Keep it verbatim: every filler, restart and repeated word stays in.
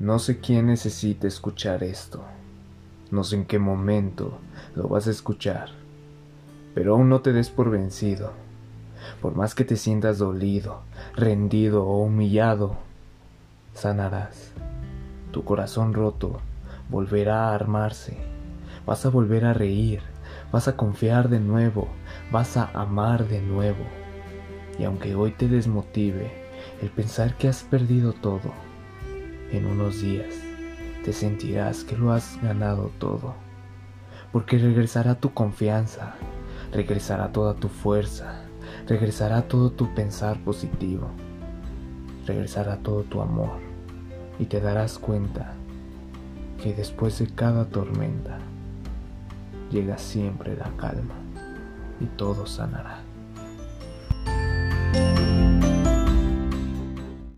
No sé quién necesita escuchar esto, no sé en qué momento lo vas a escuchar, pero aún no te des por vencido. Por más que te sientas dolido, rendido o humillado, sanarás. Tu corazón roto volverá a armarse, vas a volver a reír, vas a confiar de nuevo, vas a amar de nuevo. Y aunque hoy te desmotive el pensar que has perdido todo, en unos días te sentirás que lo has ganado todo, porque regresará tu confianza, regresará toda tu fuerza, regresará todo tu pensar positivo, regresará todo tu amor, y te darás cuenta que después de cada tormenta llega siempre la calma y todo sanará.